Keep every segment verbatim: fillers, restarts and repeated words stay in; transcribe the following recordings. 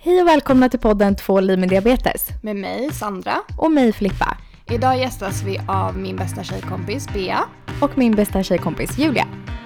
Hej och välkomna till podden Två liv med diabetes. Med mig, Sandra. Och mig, Filippa. Idag gästas vi av min bästa tjejkompis, Bea. Och min bästa tjejkompis, Julia.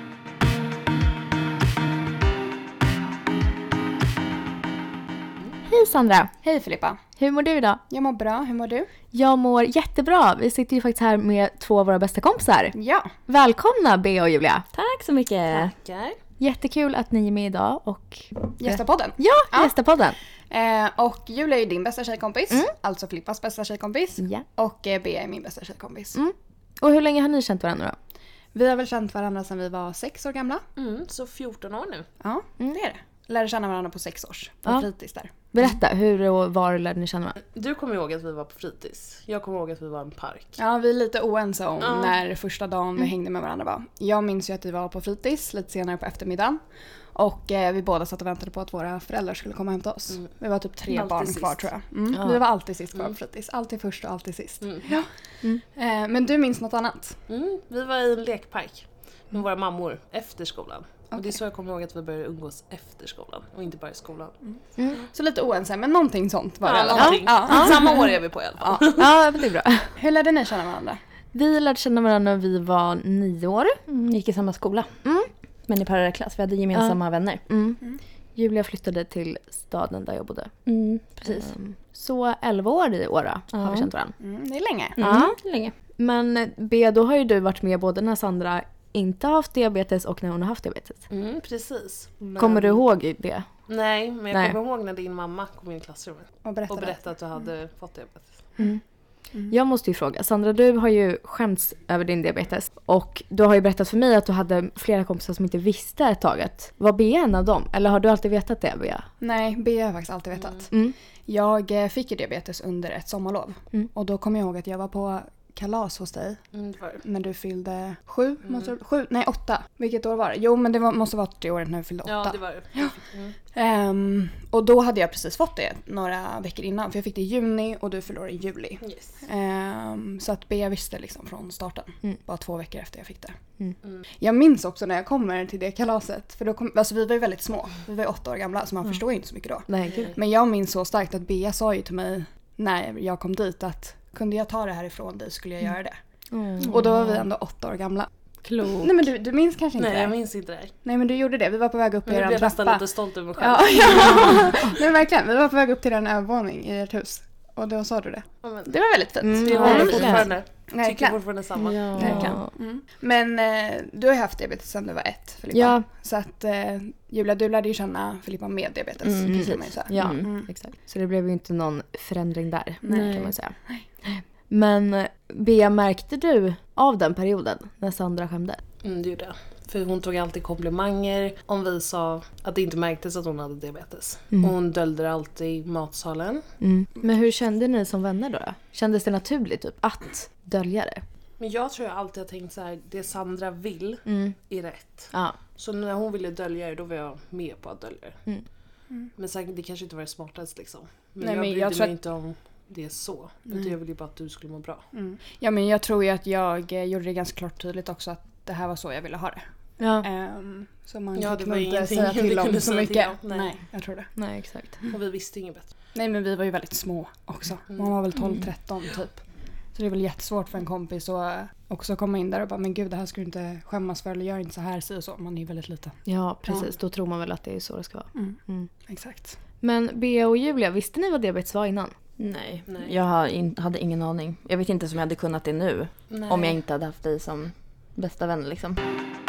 Hej Sandra. Hej Filippa. Hur mår du idag? Jag mår bra, hur mår du? Jag mår jättebra. Vi sitter ju faktiskt här med två av våra bästa kompisar. Ja. Välkomna Bea och Julia. Tack så mycket. Tackar. Jättekul att ni är med idag och... Gästapodden. Ja, Ja. gästapodden. Eh, och Julia är ju din bästa tjejkompis. Mm. Alltså Filippas bästa tjejkompis. Ja. Och eh, Bea är min bästa tjejkompis. Mm. Och hur länge har ni känt varandra då? Vi har väl känt varandra sedan vi var sex år gamla. Mm, så fjorton år nu. Ja, Mm. det är det. Lärde känna varandra på sex års. På Ja. fritids där. Berätta, hur och var lärde ni känna varandra? Du kommer ihåg att vi var på fritids. Jag kommer ihåg att vi var i en park. Ja, vi är lite oense om Ja. när första dagen vi Mm. hängde med varandra var. Jag minns ju att vi var på fritids lite senare på eftermiddagen. Och eh, vi båda satt och väntade på att våra föräldrar skulle komma och hämta oss. Mm. Vi var typ tre Alltid barn sist. kvar tror jag. Mm. Ja. Vi var alltid sist kvar Mm. på fritids. Alltid först och alltid sist. Mm. Ja. Mm. Eh, men du minns något annat? Mm, vi var i en lekpark med våra mammor efter skolan. Och det Okej. är så jag kommer ihåg att vi började umgås efter skolan och inte bara i skolan. Mm. Så lite oense, men någonting sånt var det i Ja, alla fall. någonting. Ja. Samma år är vi på i alla fall. Ja. Ja, men det är bra. Hur lärde ni känna varandra? Vi lärde känna varandra när vi var nio år. Mm, gick i samma skola. Mm. Men i parallellklass. Vi hade gemensamma vänner. Mm. Mm. Julia flyttade till staden där jag bodde. Mm, precis. Um, så elva år i år då, har Ja. vi känt varandra. Mm, det är länge. Mm, Ja. länge. Men B, då har ju du varit med både när Sandra inte har haft diabetes och när hon har haft diabetes. Mm, precis. Men- Kommer du ihåg det? Nej, men jag Nej. kommer ihåg när din mamma kom in i klassrummet Och berätta. och berättade att du hade fått diabetes. Mm. Mm. Jag måste ju fråga, Sandra, du har ju skämts över din diabetes. Och du har ju berättat för mig att du hade flera kompisar som inte visste ett taget. Var B en av dem? Eller har du alltid vetat det, Bea? Nej, Bea har jag faktiskt alltid vetat. Mm. Jag eh, fick ju diabetes under ett sommarlov. Mm. Och då kommer jag ihåg att jag var på kalas hos dig Mm, det var det. när du fyllde sju. Mm. Måste du, sju? Nej, åtta. Vilket år var det? Jo, men det var, måste vara det året när du fyllde åtta. Ja, det var det. Mm. Ehm, och då hade jag precis fått det några veckor innan. För jag fick det i juni och du förlorade i juli. Yes. Ehm, så att Bea visste liksom från starten. Mm. Bara två veckor efter jag fick det. Mm. Jag minns också när jag kommer till det kalaset. För då kom, alltså vi var ju väldigt små. Vi var ju åtta år gamla så man Mm. förstår ju inte så mycket då. Nej, gud. Men jag minns så starkt att Bea sa ju till mig när jag kom dit att kunde jag ta det här ifrån dig skulle jag göra det. Mm. Och då var vi ändå åtta år gamla. Klok. Nej men du, du minns kanske inte Nej, det? jag minns inte det här. Nej men du gjorde det. Vi var på väg upp i Men jag er blev nästan trappa. lite stolt över mig själv. Ja, ja. Nej verkligen. Vi var på väg upp till en övervåning i ert hus. Och då sa du det. Ja, men Det var väldigt fint. Mm, det ja, har jag verkligen. fortfarande. Tycker Verkligen. fortfarande samma. Ja. Verkligen. Mm. Men eh, du har ju haft diabetes sedan du var ett, Filippa. Ja. Så att eh, Julia, du lärde ju känna Filippa med diabetes. Mm, kan precis. man ju säga. Ja, Mm. exakt. Så det blev ju inte någon förändring där, Nej. kan man säga. Men Bea, märkte du av den perioden när Sandra skämde? Mm, det gjorde jag. För hon tog alltid komplimanger om vi sa att det inte märktes att hon hade diabetes. Mm. Och hon döljde det alltid i matsalen. Mm. Men hur kände ni som vänner då? Kändes det naturligt typ att dölja det? Men jag tror jag alltid har tänkt så här: det Sandra vill Mm. är rätt. Ja. Så när hon ville dölja det, då var jag med på att dölja det. Mm. Mm. Men säkert, det kanske inte var det smartaste liksom. Men Nej, jag men brydde jag mig tror att- inte om det så. Nej. Utan jag ville bara att du skulle må bra. Mm. Ja men jag tror ju att jag eh, gjorde det ganska klart tydligt också att det här var så jag ville ha det. Ja. Ehm, så man Ja, fick det nog var inte ingenting säga vi till om kunde så säga mycket. till om. Nej. Nej. jag tror det. Nej, exakt. Och vi visste inget bättre. Nej men vi var ju väldigt små också. Man var väl tolv tretton typ. Så det är väl jättesvårt för en kompis att också komma in där och bara men gud det här ska du inte skämmas för eller gör inte så här så och så. Man är ju väldigt liten. Ja, precis. Då tror man väl att det är så det ska vara. Mm. Mm. Exakt. Men Bea och Julia, visste ni vad diabetes var innan? Nej. Nej. Jag har in, hade ingen aning. Jag vet inte som jag hade kunnat det nu. Nej. Om jag inte hade haft dig som bästa vän liksom.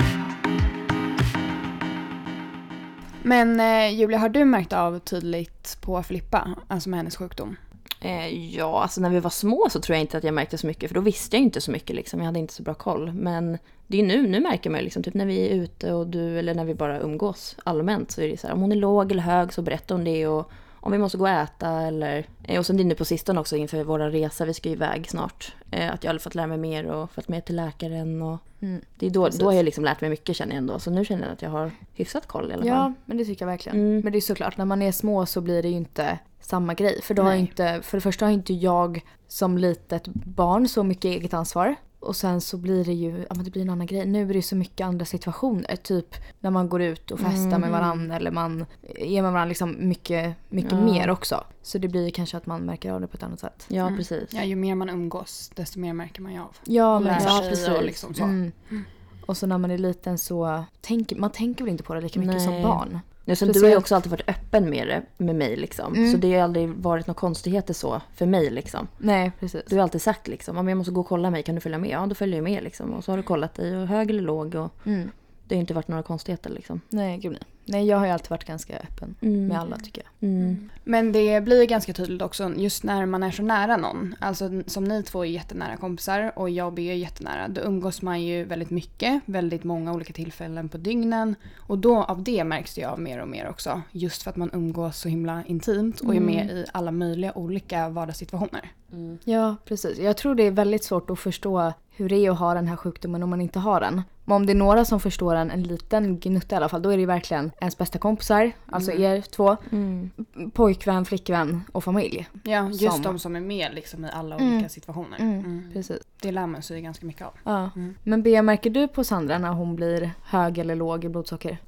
Men eh, Julia, har du märkt av tydligt på Filippa, alltså med hennes sjukdom? Eh, ja, alltså när vi var små så tror jag inte att jag märkte så mycket. För då visste jag inte så mycket liksom. Jag hade inte så bra koll. Men det är nu, nu märker man ju liksom. Typ när vi är ute och du, eller när vi bara umgås allmänt. Så är det så här, om hon är låg eller hög så berättar hon det. Och om vi måste gå och äta eller... Eh, och sen det är nu på sistone också inför våra resor. Vi ska ju iväg snart. Eh, att jag har fått lära mig mer och fått med till läkaren. Och Mm. det är då, Precis. då har jag liksom lärt mig mycket känner jag ändå. Så nu känner jag att jag har hyfsat koll i alla fall. Ja, men det tycker jag verkligen. Mm. Men det är såklart, när man är små så blir det ju inte samma grej. För då har Nej. inte, för det första har inte jag som litet barn så mycket eget ansvar. Och sen så blir det ju, ja men det blir en annan grej. Nu är det så mycket andra situationer. Typ när man går ut och festar mm. med varandra. Eller man ger med varandra liksom mycket, mycket ja. mer också. Så det blir kanske att man märker av det på ett annat sätt. Ja, mm. precis. Ja, ju mer man umgås, desto mer märker man ju av. Ja, men ja, precis. Och, liksom så. Mm. Och så när man är liten så tänker man tänker väl inte på det lika mycket Nej. som barn. Ja, så du har ju också alltid varit öppen med det med mig liksom. Mm. Så det har ju aldrig varit några konstigheter så för mig liksom. Nej, precis. Du har alltid sagt liksom, om jag måste gå och kolla mig, kan du följa med? Ja, då följer jag med liksom. Och så har du kollat dig och hög eller låg och mm. det har inte varit några konstigheter liksom. Nej, gud nej. Nej, jag har ju alltid varit ganska öppen mm. med alla tycker jag. Mm. Men det blir ganska tydligt också just när man är så nära någon. Alltså som ni två är jättenära kompisar och jag är jättenära. Då umgås man ju väldigt mycket, väldigt många olika tillfällen på dygnen. Och då av det märks det av mer och mer också. Just för att man umgås så himla intimt och är med i alla möjliga olika vardagssituationer. Mm. Ja, precis. Jag tror det är väldigt svårt att förstå hur det är att ha den här sjukdomen om man inte har den. Men om det är några som förstår en, en liten gnutta i alla fall, då är det verkligen ens bästa kompisar, alltså mm. er två, mm. pojkvän, flickvän och familj. Ja, just som... de som är med liksom i alla olika mm. situationer. Mm. Mm. Precis. Det lär man sig ganska mycket av. Ja. Mm. Men Bea, märker du på Sandra när hon blir hög eller låg i blodsocker?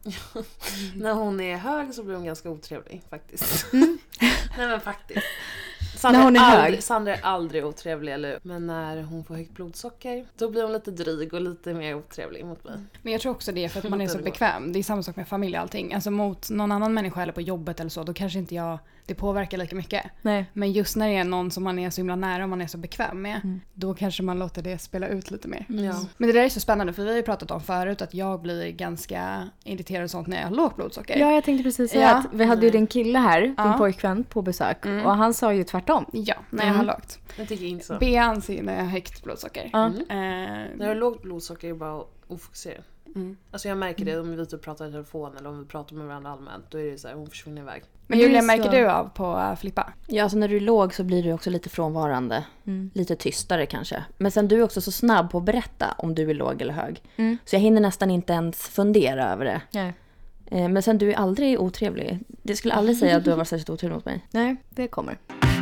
När hon är hög så blir hon ganska otrevlig faktiskt. Mm. Nej men faktiskt. Sandra, när hon är aldrig, hög. Sandra är aldrig otrevlig, eller? Men när hon får högt blodsocker, då blir hon lite dryg och lite mer otrevlig mot mig. Men jag tror också det är för att man är så bekväm. Det är samma sak med familj och allting. Alltså mot någon annan människa eller på jobbet eller så, då kanske inte jag, det påverkar lika mycket. Nej. Men just när det är någon som man är så himla nära och man är så bekväm med, mm. då kanske man låter det spela ut lite mer. Mm. Ja. Men det där är så spännande, för vi har ju pratat om förut att jag blir ganska irriterad och sånt när jag har lågt blodsocker. Ja, jag tänkte precis säga ja. att vi hade ju din kille här, din ja. pojkvän på besök, mm. och han sa ju tvärtom. Ja, när jag mm. har lågt. Jag tycker inte så. B anser när jag har högt blodsocker. Mm. Mm. Eh, när du har lågt blodsocker är det bara ofokuserad. Mm. Alltså jag märker det om vi är ute och pratar i telefon eller om vi pratar med varandra allmänt, då är det så här, hon försvinner iväg. Men Julia, märker du av på uh, Filippa? Ja, alltså när du är låg så blir du också lite frånvarande. Mm. Lite tystare kanske. Men sen du är också så snabb på att berätta om du är låg eller hög. Mm. Så jag hinner nästan inte ens fundera över det. Nej. Eh, men sen du är aldrig otrevlig. Det skulle aldrig säga att du har varit särskilt otrevlig mot mig. Nej, det kommer.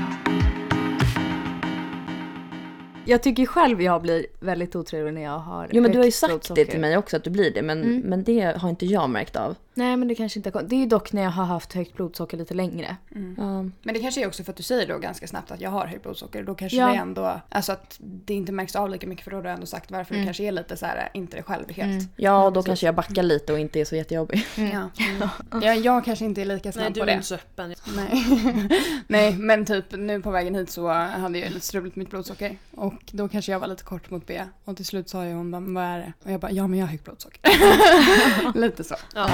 Jag tycker själv jag blir väldigt otrevlig när jag har... Jo, men du har ju sagt det till mig också att du blir det. Men, mm. men det har inte jag märkt av. Nej, men det kanske inte har kommit. Det är ju dock när jag har haft högt blodsocker lite längre. Mm. Um. Men det kanske är också för att du säger då ganska snabbt att jag har högt blodsocker. Då kanske ja. det ändå... Alltså att det inte märks av lika mycket, för då har du ändå sagt varför mm. det kanske är lite så här, inte det själv helt. Mm. Ja, och då kanske jag backar lite och inte är så jättejobbig. Mm. Ja. Mm. Ja, jag kanske inte är lika snabb Nej, på det. Nej, du är så öppen. Nej. Nej, men typ nu på vägen hit så hade jag lite struligt mitt blodsocker. Och då kanske jag var lite kort mot B. Och till slut sa ju hon, vad är det? Och jag bara, ja men jag har högt blodsocker. Lite så. Ja.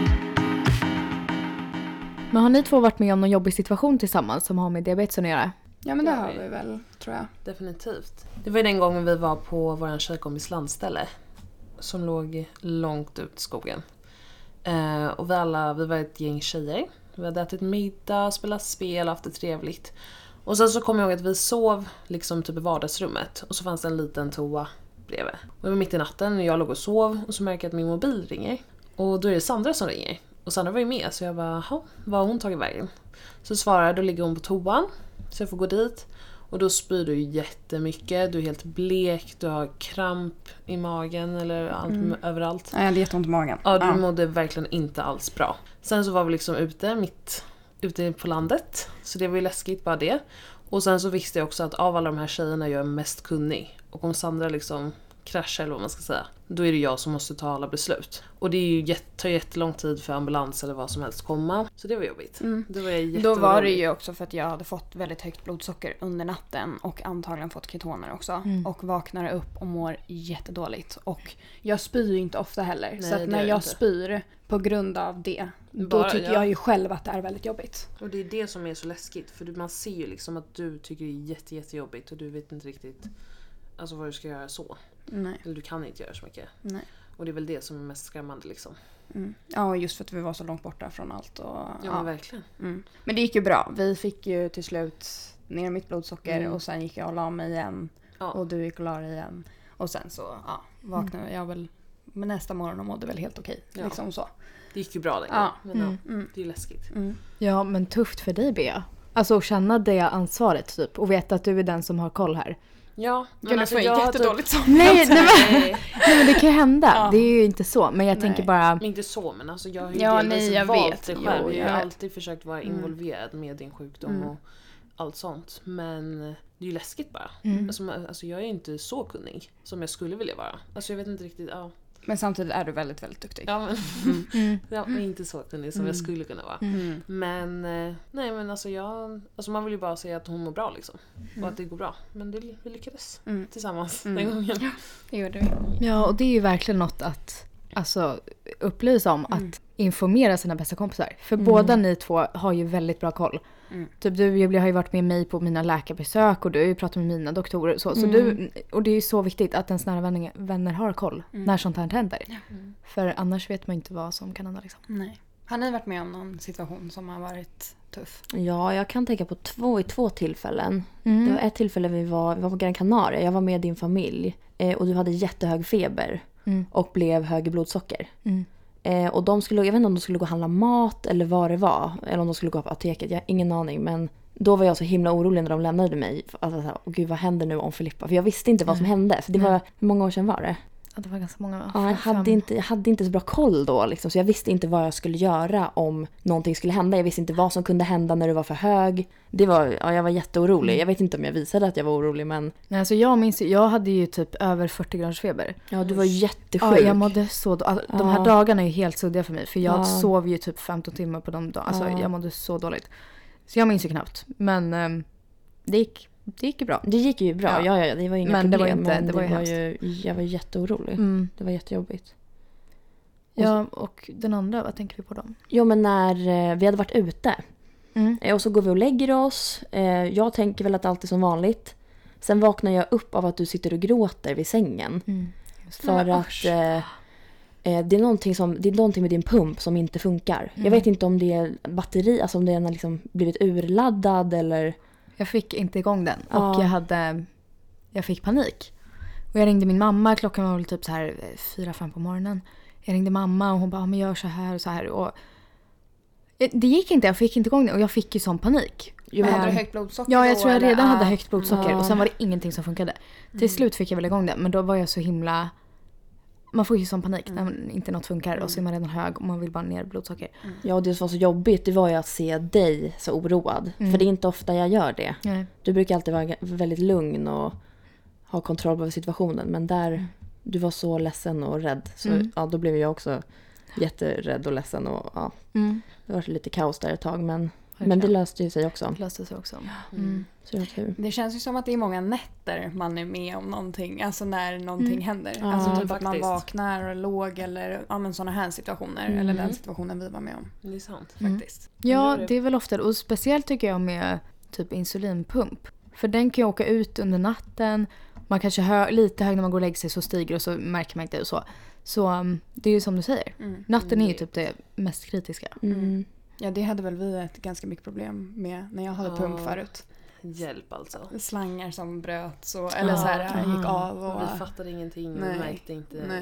Men har ni två varit med om någon jobbig situation tillsammans som har med diabetes att göra? Ja, men det har vi väl, tror jag. Definitivt. Det var ju den gången vi var på vår tjejkompis landställe som låg långt ut i skogen. Eh, och vi alla, vi var ett gäng tjejer. Vi hade ätit middag, spelat spel, haft det trevligt. Och sen så kom jag ihåg att vi sov liksom typ i vardagsrummet. Och så fanns det en liten toa bredvid. Och det var mitt i natten och jag låg och sov. Och så märker jag att min mobil ringer. Och då är det Sandra som ringer. Och Sandra var ju med, så jag bara, jaha, vad har hon tagit vägen? Så svarar jag, då ligger hon på toan. Så jag får gå dit. Och då spyr du jättemycket. Du är helt blek, du har kramp i magen eller allt, mm. överallt. Ja, jag hade jätteont i magen. Ja, du ja. mådde verkligen inte alls bra. Sen så var vi liksom ute, mitt ute på landet. Så det var ju läskigt bara det. Och sen så visste jag också att av alla de här tjejerna jag är mest kunnig. Och om Sandra liksom kraschar eller vad man ska säga, då är det jag som måste ta alla beslut. Och det är ju jätt, tar jättelång tid för ambulans eller vad som helst komma. Så det var jobbigt. Mm. Det var Då var det ju också för att jag hade fått väldigt högt blodsocker under natten och antagligen fått ketoner också. Mm. Och vaknar upp och mår jättedåligt. Och jag spyr ju inte ofta heller. Nej, så att när jag inte. spyr på grund av det, då Bara, tycker ja. jag ju själv att det är väldigt jobbigt. Och det är det som är så läskigt. För man ser ju liksom att du tycker det är jätte, jättejobbigt och du vet inte riktigt alltså vad du ska göra så. Nej. Eller du kan inte göra så mycket. Nej. Och det är väl det som är mest skrämmande liksom. Mm. Ja, just för att vi var så långt borta från allt. Och, ja, ja. Men verkligen. Mm. Men det gick ju bra. Vi fick ju till slut ner mitt blodsocker mm. och sen gick jag och la mig igen. Ja. Och du gick och la dig igen. Och sen så ja, vaknade mm. jag väl med nästa morgon och mådde väl helt okej. Ja. Liksom så. Det gick ju bra den ja. Men mm. ja, det är läskigt. Mm. Ja, men tufft för dig, Bea. Alltså att känna det ansvaret typ och veta att du är den som har koll här. Ja, men Gud, alltså får jag jag har jättedåligt typ... som. Nej, nej, men, Nej, nej men det kan ju hända. Ja. Det är ju inte så. Men jag Nej. tänker bara... inte så, men alltså jag har ju Ja, delvis nej, jag valt vet. det själv. Jo, jag har jag- alltid försökt vara Mm. involverad med din sjukdom Mm. och allt sånt. Men det är ju läskigt bara. Mm. Alltså, man- alltså jag är inte så kunnig som jag skulle vilja vara. Alltså jag vet inte riktigt, ja. Men samtidigt är du väldigt, väldigt duktig. Ja, men, Mm. ja, men inte så kunnig som jag skulle kunna vara. Mm. Men, eh, nej men alltså jag, alltså man vill ju bara säga att hon mår bra liksom. Och att det går bra. Men det, vi lyckades Mm. tillsammans Mm. den gången. Det gjorde vi. Ja, och det är ju verkligen något att alltså, upplysa om. Mm. Att informera sina bästa kompisar. För Mm. båda ni två har ju väldigt bra koll. Mm. Typ du Julia har ju varit med mig på mina läkarbesök och du har ju pratat med mina doktorer och så. så Mm. du, och det är ju så viktigt att ens nära vänner, vänner har koll Mm. när sånt här händer. Mm. För annars vet man inte vad som kan hända liksom. Nej. Har ni varit med om någon situation som har varit tuff? Ja, jag kan tänka på två i två tillfällen. Mm. Det var ett tillfälle vi var, vi var på Gran Canaria. Jag var med din familj. Eh, och du hade jättehög feber. Mm. Och blev hög i blodsocker. Mm. Eh, och de skulle, jag vet inte om de skulle gå och handla mat eller vad det var. Eller om de skulle gå på apoteket. Jag har ingen aning. Men då var jag så himla orolig när de lämnade mig. Alltså, så här, åh gud, vad händer nu om Filippa? För jag visste inte vad som Nej. hände. För det Nej. var, hur många år sedan var det? Ja, det var ganska många. Ja, jag, Fem. hade inte, jag hade inte så bra koll då. Liksom, så jag visste inte vad jag skulle göra om någonting skulle hända. Jag visste inte vad som kunde hända när du var för hög. Det var, ja, jag var jätteorolig. Mm. Jag vet inte om jag visade att jag var orolig. Men Nej, alltså jag minns ju- jag hade ju typ över fyrtio graders feber. ja, du var jättesjuk. Ja, jag mådde så då- alltså, De här Ja. dagarna är ju helt suddiga för mig. För jag Ja. sov ju typ femton timmar på de dagarna. Alltså Ja. jag mådde så dåligt. Så jag minns ju knappt. Men ehm, det, gick, det gick ju bra. Det gick ju bra. Ja. Ja, ja, ja, det var ju inga Men det var problem. inte- men det var ju hemskt. ju, jag var jätteorolig. Mm. Det var jättejobbigt. Ja, och den andra, vad tänker vi på då? Jo, men när eh, vi hade varit ute. Mm. Eh, Och så går vi och lägger oss. Eh, Jag tänker väl att allt är som vanligt. Sen vaknar jag upp av att du sitter och gråter vid sängen. Mm. För Men att usch. eh, eh, det, är någonting som, det är någonting med din pump som inte funkar. Mm. Jag vet inte om det är batteri, alltså om den har liksom blivit urladdad eller... Jag fick inte igång den. Ja. Och jag hade... Jag fick panik. Och jag ringde min mamma. Klockan var väl typ så här eh, fyra, fem på morgonen. Jag ringde mamma och hon bara, men gör så här och så här. Och eh, det gick inte, jag fick inte igång den. Och jag fick ju sån panik. Jo, Men men, hade du högt blodsocker Ja, jag då, tror jag eller? redan hade Ah. högt blodsocker. Ja. Och sen var det ingenting som funkade. Till slut fick jag väl igång den. Men då var jag så himla... Man får ju sån panik när man- inte något funkar. Och så är man redan hög och man vill bara ner blodsocker. ja, och det som var så jobbigt det var ju att se dig så oroad. Mm. För det är inte ofta jag gör det. Nej. Du brukar alltid vara väldigt lugn och ha kontroll över situationen. Men där, du var så ledsen och rädd. Så Mm. ja, då blev jag också jätterädd och ledsen. Och, ja, Mm. det var lite kaos där ett tag. Men, Verkligen. men det löste ju sig också. Det löste sig också. Mm. Mm. Så det var tur. Det känns ju som att det är många nätter man är med om någonting. Alltså när någonting Mm. händer. Ja, alltså typ att man faktiskt. vaknar och är låg eller ja, men sådana här situationer. Mm. Eller den situationen vi var med om Det är sant. Mm. faktiskt. Ja, Undrar det. det är väl ofta. Och speciellt tycker jag med typ insulinpump. För den kan ju åka ut under natten. Man kanske hör lite hög när man går och lägger sig så stiger och så märker man inte och så. Så um, det är ju som du säger. Mm. Natten är ju Mm. typ det mest kritiska. Mm. Ja, det hade väl vi ett ganska mycket problem med när jag hade Ja. pump förut. Hjälp alltså. Slangar som bröts och, eller Ja. så här, gick Ah. av. Och, Vi fattade ingenting och Nej. märkte inte. nej.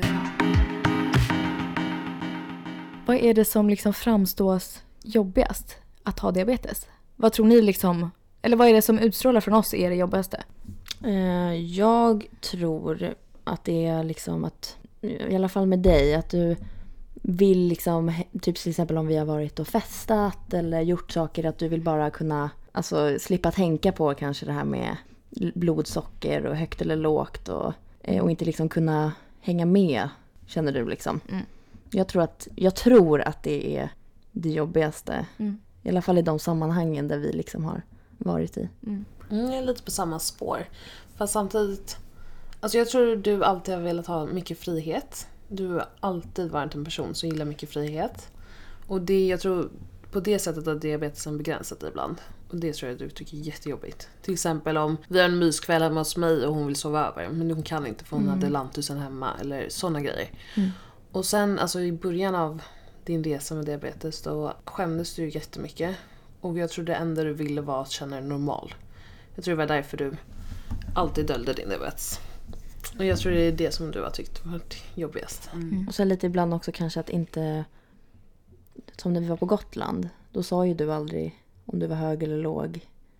Vad är det som liksom framstås jobbigast att ha diabetes? Vad tror ni liksom, eller vad är det som utstrålar från oss är det jobbigaste? Eh, Jag tror att det är liksom att, i alla fall med dig, att du vill liksom, typ till exempel om vi har varit och festat eller gjort saker, att du vill bara kunna, alltså slippa tänka på kanske det här med blodsocker och högt eller lågt och, eh, och inte liksom kunna hänga med, känner du liksom. Mm. Jag tror att, jag tror att det är det jobbigaste. Mm. I alla fall i de sammanhangen där vi liksom har varit i. Mm. Mm, jag är lite på samma spår. Fast samtidigt... Alltså jag tror du alltid har velat ha mycket frihet. Du har alltid varit en person som gillar mycket frihet. Och det, jag tror på det sättet att diabetesen begränsat dig ibland. Och det tror jag du tycker är jättejobbigt. Till exempel om vi har en myskväll hemma hos mig och hon vill sova över. Men hon kan inte för hon Mm. hade lanthusen hemma. Eller sådana grejer. Mm. Och sen alltså i början av din resa med diabetes då skämdes du jättemycket. Och jag tror det enda du ville var att känna dig normal. Jag tror det var därför du alltid döljde din diabetes. Och jag tror det är det som du har tyckt varit jobbigast. Mm. Och så lite ibland också kanske att inte, som när vi var på Gotland, då sa ju du aldrig om du var hög eller låg.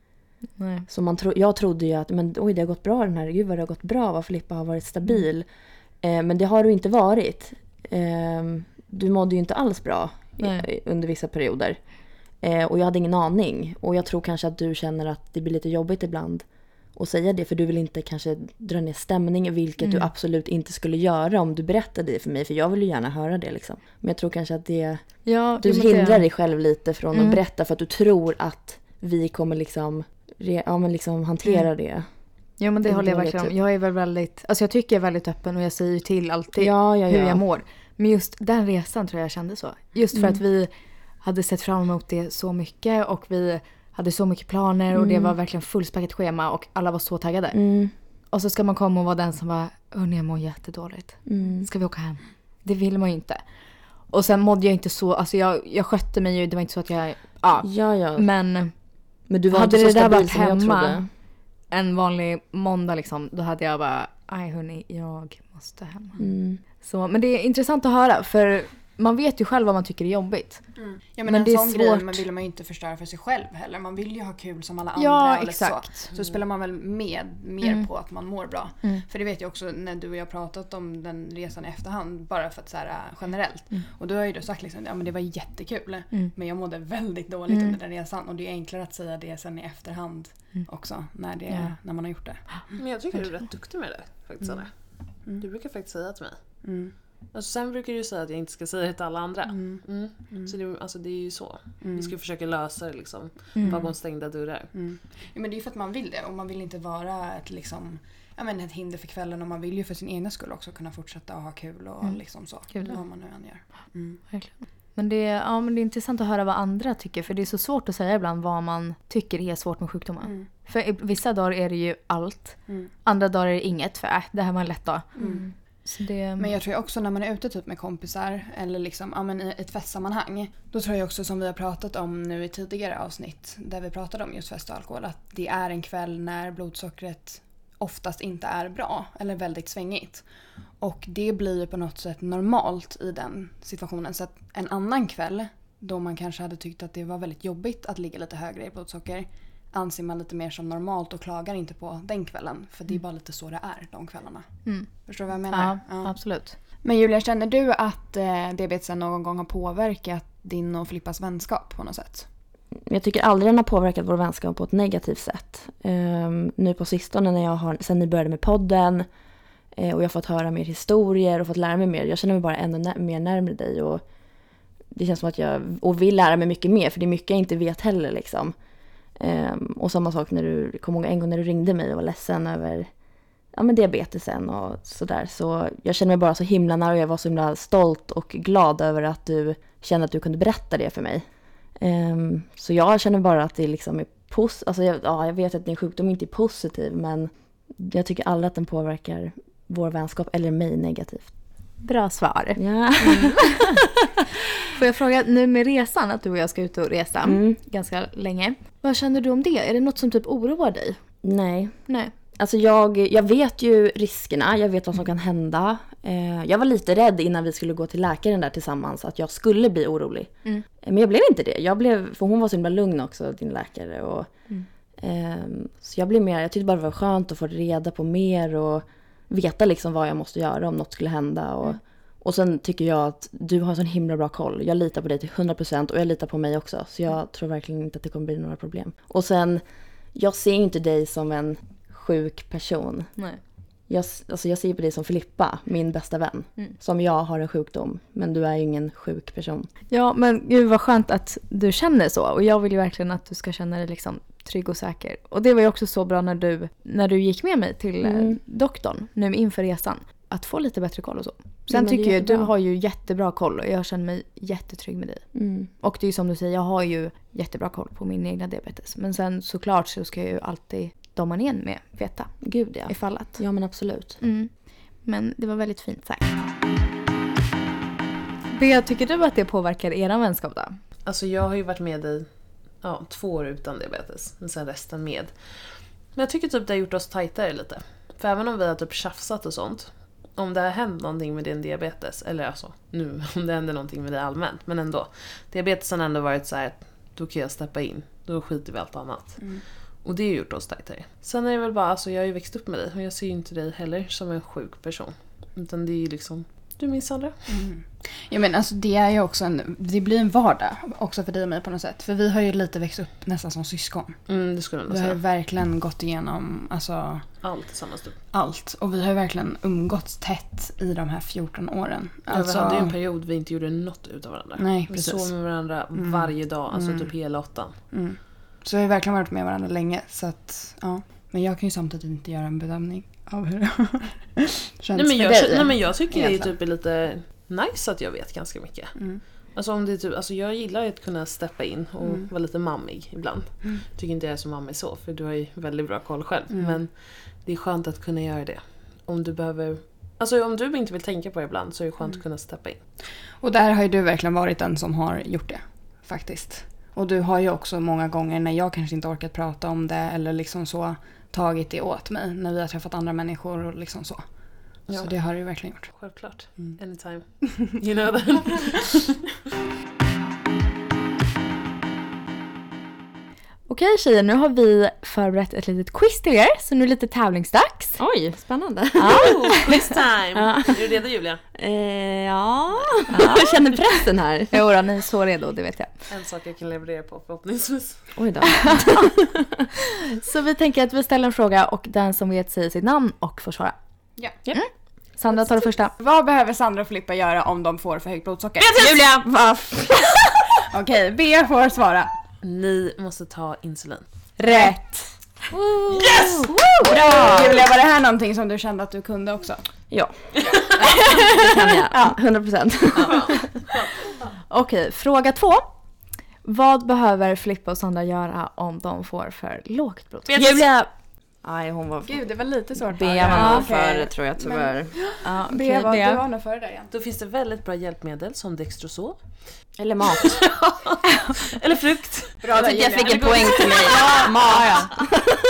Nej. Så man tro, jag trodde ju att men, oj, det har gått bra den här. Gud vad det har gått bra. Vad Filippa har varit stabil. Mm. Eh, men det har du inte varit. Eh, du mådde ju inte alls bra i, under vissa perioder. Eh, och jag hade ingen aning. Och jag tror kanske att du känner att det blir lite jobbigt ibland att säga det. För du vill inte kanske dra ner stämningen. Vilket mm. du absolut inte skulle göra om du berättade det för mig. För jag vill ju gärna höra det liksom. Men jag tror kanske att det... Ja, du hindrar det. dig själv lite från mm. att berätta. För att du tror att vi kommer liksom... Ja, men liksom hantera mm. det. Ja, men det, det håller jag verkligen om. Jag är väl väldigt... Alltså jag tycker jag är väldigt öppen och jag säger ju till alltid ja, ja, ja. hur jag mår. Men just den resan tror jag kände så. Just för mm. att vi hade sett fram emot det så mycket och vi hade så mycket planer mm. och det var verkligen fullspäckat schema och alla var så taggade. Mm. Och så ska man komma och vara den som var, hörni jag mår jättedåligt. Mm. Ska vi åka hem? Det vill man ju inte. Och sen mådde jag inte så, alltså jag, jag skötte mig ju, det var inte så att jag, ja. Ja, ja. Men... Men du var hade inte så det där varit som jag hemma trodde. En vanlig måndag liksom, då hade jag bara, aj hörni, jag måste hem. Mm. Så, men det är intressant att höra, för man vet ju själv vad man tycker är jobbigt. Mm. Ja, men, men en det är sån svårt. grej man vill man ju inte förstöra för sig själv heller. Man vill ju ha kul som alla andra. Ja, eller exakt. Så. så spelar man väl med mer Mm. på att man mår bra. Mm. För det vet jag också när du och jag pratat om den resan i efterhand. Bara för att så här, generellt. Mm. Och då har ju du sagt liksom, ja men det var jättekul. Mm. Men jag mådde väldigt dåligt Mm. under den resan. Och det är enklare att säga det sen i efterhand Mm. också. När, det, Ja. när man har gjort det. Men jag tycker du är rätt duktig med det faktiskt, Anna. Mm. Du brukar faktiskt säga till mig. Mm. Alltså, sen brukar du säga att jag inte ska säga det till alla andra. Mm. Mm. Mm. Så det, alltså, det är ju så. Mm. Vi ska försöka lösa det liksom. Mm. Bakom stängda dörrar. Mm. Ja, men det är ju för att man vill det och man vill inte vara ett, liksom, ja, men ett hinder för kvällen och man vill ju för sin egna skull också kunna fortsätta att ha kul och Mm. liksom så. Kul. Vad man nu än gör. Mm. Verkligen. Men det, är, ja, men det är intressant att höra vad andra tycker, för det är så svårt att säga ibland vad man tycker är svårt med sjukdomar. Mm. För i vissa dagar är det ju allt, Mm. andra dagar är det inget, för äh, det här var en lätt dag. Mm. Så det, Men jag tror också när man är ute typ med kompisar eller liksom, ja, men i ett festsammanhang, då tror jag också som vi har pratat om nu i tidigare avsnitt där vi pratade om just fest och alkohol, att det är en kväll när blodsockret oftast inte är bra eller väldigt svängigt. Och det blir ju på något sätt normalt i den situationen. Så att en annan kväll då man kanske hade tyckt att det var väldigt jobbigt att ligga lite högre i blodsocker anser man lite mer som normalt och klagar inte på den kvällen. För det är bara lite så det är de kvällarna. mm. Förstår du vad jag menar? ja, Ja. absolut. Men Julia, känner du att eh, diabetesen någon gång har påverkat din och Filippas vänskap på något sätt? Jag tycker aldrig den har påverkat vår vänskap på ett negativt sätt. Um, nu på sistone när jag har, sen ni började med podden uh, och jag har fått höra mer historier och fått lära mig mer. Jag känner mig bara ännu nä- mer närmare dig och det känns som att jag och vill lära mig mycket mer, för det är mycket jag inte vet heller liksom. Um, och samma sak när du kom ihåg en gång när du ringde mig och var ledsen över ja, men diabetesen och sådär. Så jag känner mig bara så himla nära och jag var så himla stolt och glad över att du kände att du kunde berätta det för mig. Um, så jag känner bara att det liksom är pos- alltså jag, ja, jag vet att din sjukdom inte är positiv, men jag tycker aldrig att den påverkar vår vänskap eller mig negativt. Bra svar. Ja. Mm. Får jag fråga, nu med resan, att du och jag ska ut och resa Mm. ganska länge. Vad känner du om det? Är det något som typ oroar dig? Nej. Nej. Alltså jag, jag vet ju riskerna, jag vet vad som kan hända. Eh, jag var lite rädd innan vi skulle gå till läkaren där tillsammans att jag skulle bli orolig. Mm. Men jag blev inte det. Jag blev, för hon var så himla lugn också, din läkare. Och, Mm. eh, så jag blev mer, jag tyckte bara det var skönt att få reda på mer och veta liksom vad jag måste göra om något skulle hända. Och, Mm. och sen tycker jag att du har sån himla bra koll. Jag litar på dig till hundra procent och jag litar på mig också. Så jag tror verkligen inte att det kommer bli några problem. Och sen, jag ser inte dig som en sjuk person. Nej. Jag, alltså jag ser på dig som Filippa, min bästa vän. Mm. Som jag har en sjukdom, men du är ju ingen sjuk person. Ja, men gud vad skönt att du känner så. Och jag vill ju verkligen att du ska känna dig liksom trygg och säker. Och det var ju också så bra när du, när du gick med mig till Mm. eh, doktorn nu inför resan. Att få lite bättre koll och så. Ja, Sen men det är tycker jag jättebra. du har ju jättebra koll och jag känner mig jättetrygg med dig. Mm. Och det är ju som du säger, jag har ju jättebra koll på min egna diabetes. Men sen såklart så ska jag ju alltid de man igen med veta. Gud ja. Ifall att. Ja men absolut. Mm. Men det var väldigt fint sagt. Bea, tycker du att det påverkar er vänskap då? Alltså jag har ju varit med i ja, två år utan diabetes. Men sen resten med. Men jag tycker typ det har gjort oss tajtare lite. För även om vi har typ tjafsat och sånt. Om det har hänt någonting med din diabetes. Eller alltså nu om det händer någonting med det allmänt. Men ändå. Diabetesen har ändå varit så här. Då kan jag steppa in. Då skiter vi allt annat. Mm. Och det har gjort oss tajtare. Sen är det väl bara, alltså jag har ju växt upp med dig och jag ser ju inte dig heller som en sjuk person. Utan det är ju liksom, du minns Sandra. Mm. Ja, men alltså det är ju också en, det blir en vardag också för dig och mig på något sätt. För vi har ju lite växt upp nästan som syskon. Mm, det skulle jag nog Vi har ju säga. verkligen gått igenom alltså, Allt tillsammans typ. allt. Och vi har ju verkligen umgåtts tätt i de här fjorton åren. Alltså, vi hade ju en period vi inte gjorde något utav varandra. Nej, Vi precis. sov med varandra Mm. varje dag, alltså Mm. typ hela åttan. Mm. Så vi har verkligen varit med varandra länge. Så att, ja. Men jag kan ju samtidigt inte göra en bedömning av hur det känns Nej men, för jag, dig. nej men jag tycker egentligen. det är typ lite nice att jag vet ganska mycket. Mm. Alltså, om det är typ, alltså jag gillar ju att kunna steppa in och Mm. vara lite mammig ibland. Mm. Tycker inte jag är så mammig så, för du har ju väldigt bra koll själv. Mm. Men det är skönt att kunna göra det. Om du behöver, alltså om du inte vill tänka på det ibland så är det skönt Mm. att kunna steppa in. Och där har ju du verkligen varit den som har gjort det, faktiskt. Och du har ju också många gånger när jag kanske inte orkat prata om det eller liksom så tagit det åt mig när vi har träffat andra människor och liksom så. Ja. Så det har du ju verkligen gjort. Självklart. Mm. Anytime. You know that. Okej tjejer, nu har vi förberett ett litet quiz till er, så nu är det lite tävlingsdags. Oj, spännande. Oh, quiz time! Ja. Är du redo Julia? Eh, ja, jag känner pressen här. Jo då, ni är så redo, det vet jag. En sak jag kan leverera på förhoppningsvis. Oj då. Så vi tänker att vi ställer en fråga och den som vet säger sitt namn och får svara. Ja. Mm. Sandra tar det första. Vad behöver Sandra och Filippa göra om de får för högt blodsocker? Julia! Va? Okej, B får svara. Ni måste ta insulin. Rätt! Yes! Bra! Julia, var det här någonting som du kände att du kunde också? Ja. Det kan jag. Ja, hundra procent. Okej, fråga två. Vad behöver Filippa och Sandra göra om de får för lågt blodsocker? Julia! Nej, hon var... Gud, det var lite svårt. B var Ja, nog okej. före tror jag tyvärr. Ja, B okej, var, B. du var nog före där igen. Då finns det väldigt bra hjälpmedel som Dextrosol. Eller mat. Eller frukt. Bra Jag där, tycker jag Julia. fick en poäng till mig. Ja, mat.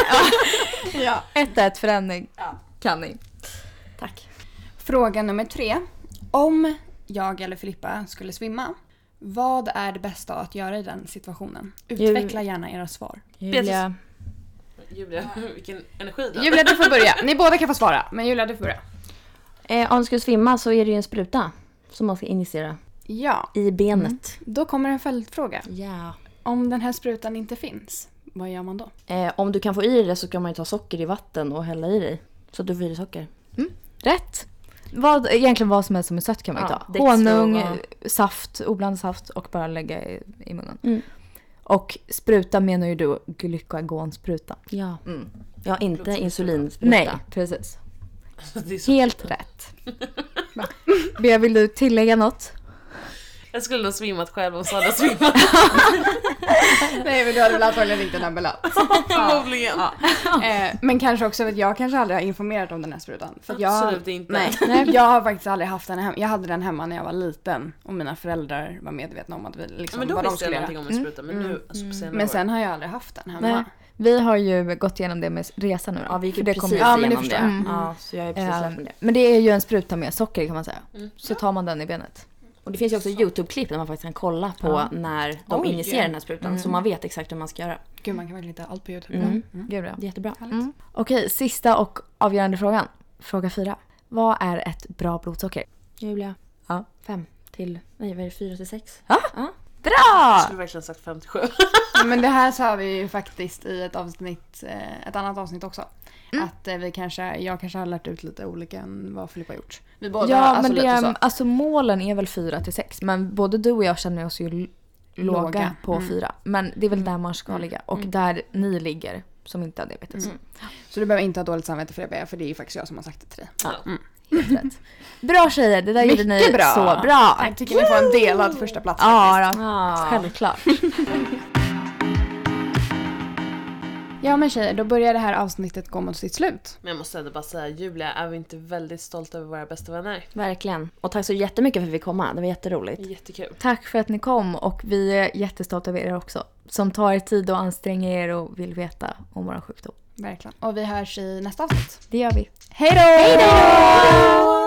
Ja. ett ett förändring. Kan ni. Tack. Fråga nummer tre. Om jag eller Filippa skulle svimma, vad är det bästa att göra i den situationen? Utveckla gärna era svar. Julia. Julia, vilken energi då. Julia, du får börja. Ni båda kan få svara, men Julia, du får börja. Eh, om du skulle svimma så är det ju en spruta som man ska injicera Ja, i benet. då kommer en följdfråga. Ja. Om den här sprutan inte finns, vad gör man då? Eh, om du kan få i dig det så kan man ju ta socker i vatten och hälla i dig. Så att du får i dig socker. Rätt. Vad, egentligen vad som helst som är sött kan man ju Ja, ta. Dextro Honung, och- saft, oblandad saft och bara lägga i, i munnen. Mm. Och spruta menar ju du glykagonspruta. Ja. Mm. Ja, inte Blodsocker. insulinspruta. Nej, precis. Det är så... Helt rätt. Bea, vill du tillägga något? Jag skulle nog svimmat själv om Sandra svimmat. Nej, men du hade väl antagligen ringt en ambulans. Förmodligen. Eh, men kanske också att jag kanske aldrig har informerat om den här sprutan. För att jag, Absolut inte. Nej, nej, jag har faktiskt aldrig haft den hemma. Jag hade den hemma när jag var liten och mina föräldrar var medvetna om att vi, liksom, Men då vad de visste jag skulle någonting göra. om en spruta. Men nu, alltså på senare Men år. sen har jag aldrig haft den hemma. Nej. Vi har ju gått igenom det med resan nu då. Ja, vi gick För ju det precis kommer ju- Ja, men det igenom förstår det. jag. Mm. Ja, så jag är precis lärt Ehm, med det. men det är ju en spruta med socker kan man säga. Mm. Så tar man den i benet. Och det finns ju också YouTube-klipp där man faktiskt kan kolla på Ja. när de Oj. injicerar den här sprutan. Så man vet exakt hur man ska göra. Gud, man kan verkligen hitta allt på YouTube. Mm. Gud, ja. Det är jättebra. Mm. Okej, sista och avgörande frågan. Fråga fyra. Vad är ett bra blodsocker? Julia. Ja. Fem till, nej vad är det, fyra till sex? Ja. Ja. Jag Bra! skulle verkligen sagt femtiosju. Men det här sa vi ju faktiskt i ett avsnitt, eh, ett annat avsnitt också. Mm. Att eh, vi kanske, jag kanske har lärt ut lite olika än vad Filippa har gjort. Vi båda Ja, alltså men det, lite så. alltså målen är väl fyra till sex. Men både du och jag känner oss ju l- låga, Låga. på Mm. fyra. Men det är väl där man ska ligga. Och där ni ligger som inte har diabetes. Mm. Så du behöver inte ha dåligt samvete för det, för det är ju faktiskt jag som har sagt det till dig. Ja. Helt rätt. Bra tjejer, det där gjorde ni Mycket bra. så bra. Jag tycker ni får en delad första plats Ja, faktiskt. då. Ah. Självklart. Ja men tjejer, då börjar det här avsnittet gå mot sitt slut. Men jag måste ändå bara säga, Julia, är vi inte väldigt stolta över våra bästa vänner? Verkligen. Och tack så jättemycket för att vi fick komma. Det var jätteroligt. Jättekul. Tack för att ni kom och vi är jättestolta över er också. Som tar er tid och anstränger er och vill veta om våra sjukdom. Verkligen. Och vi hörs i nästa avsnitt. Det gör vi. Hej då!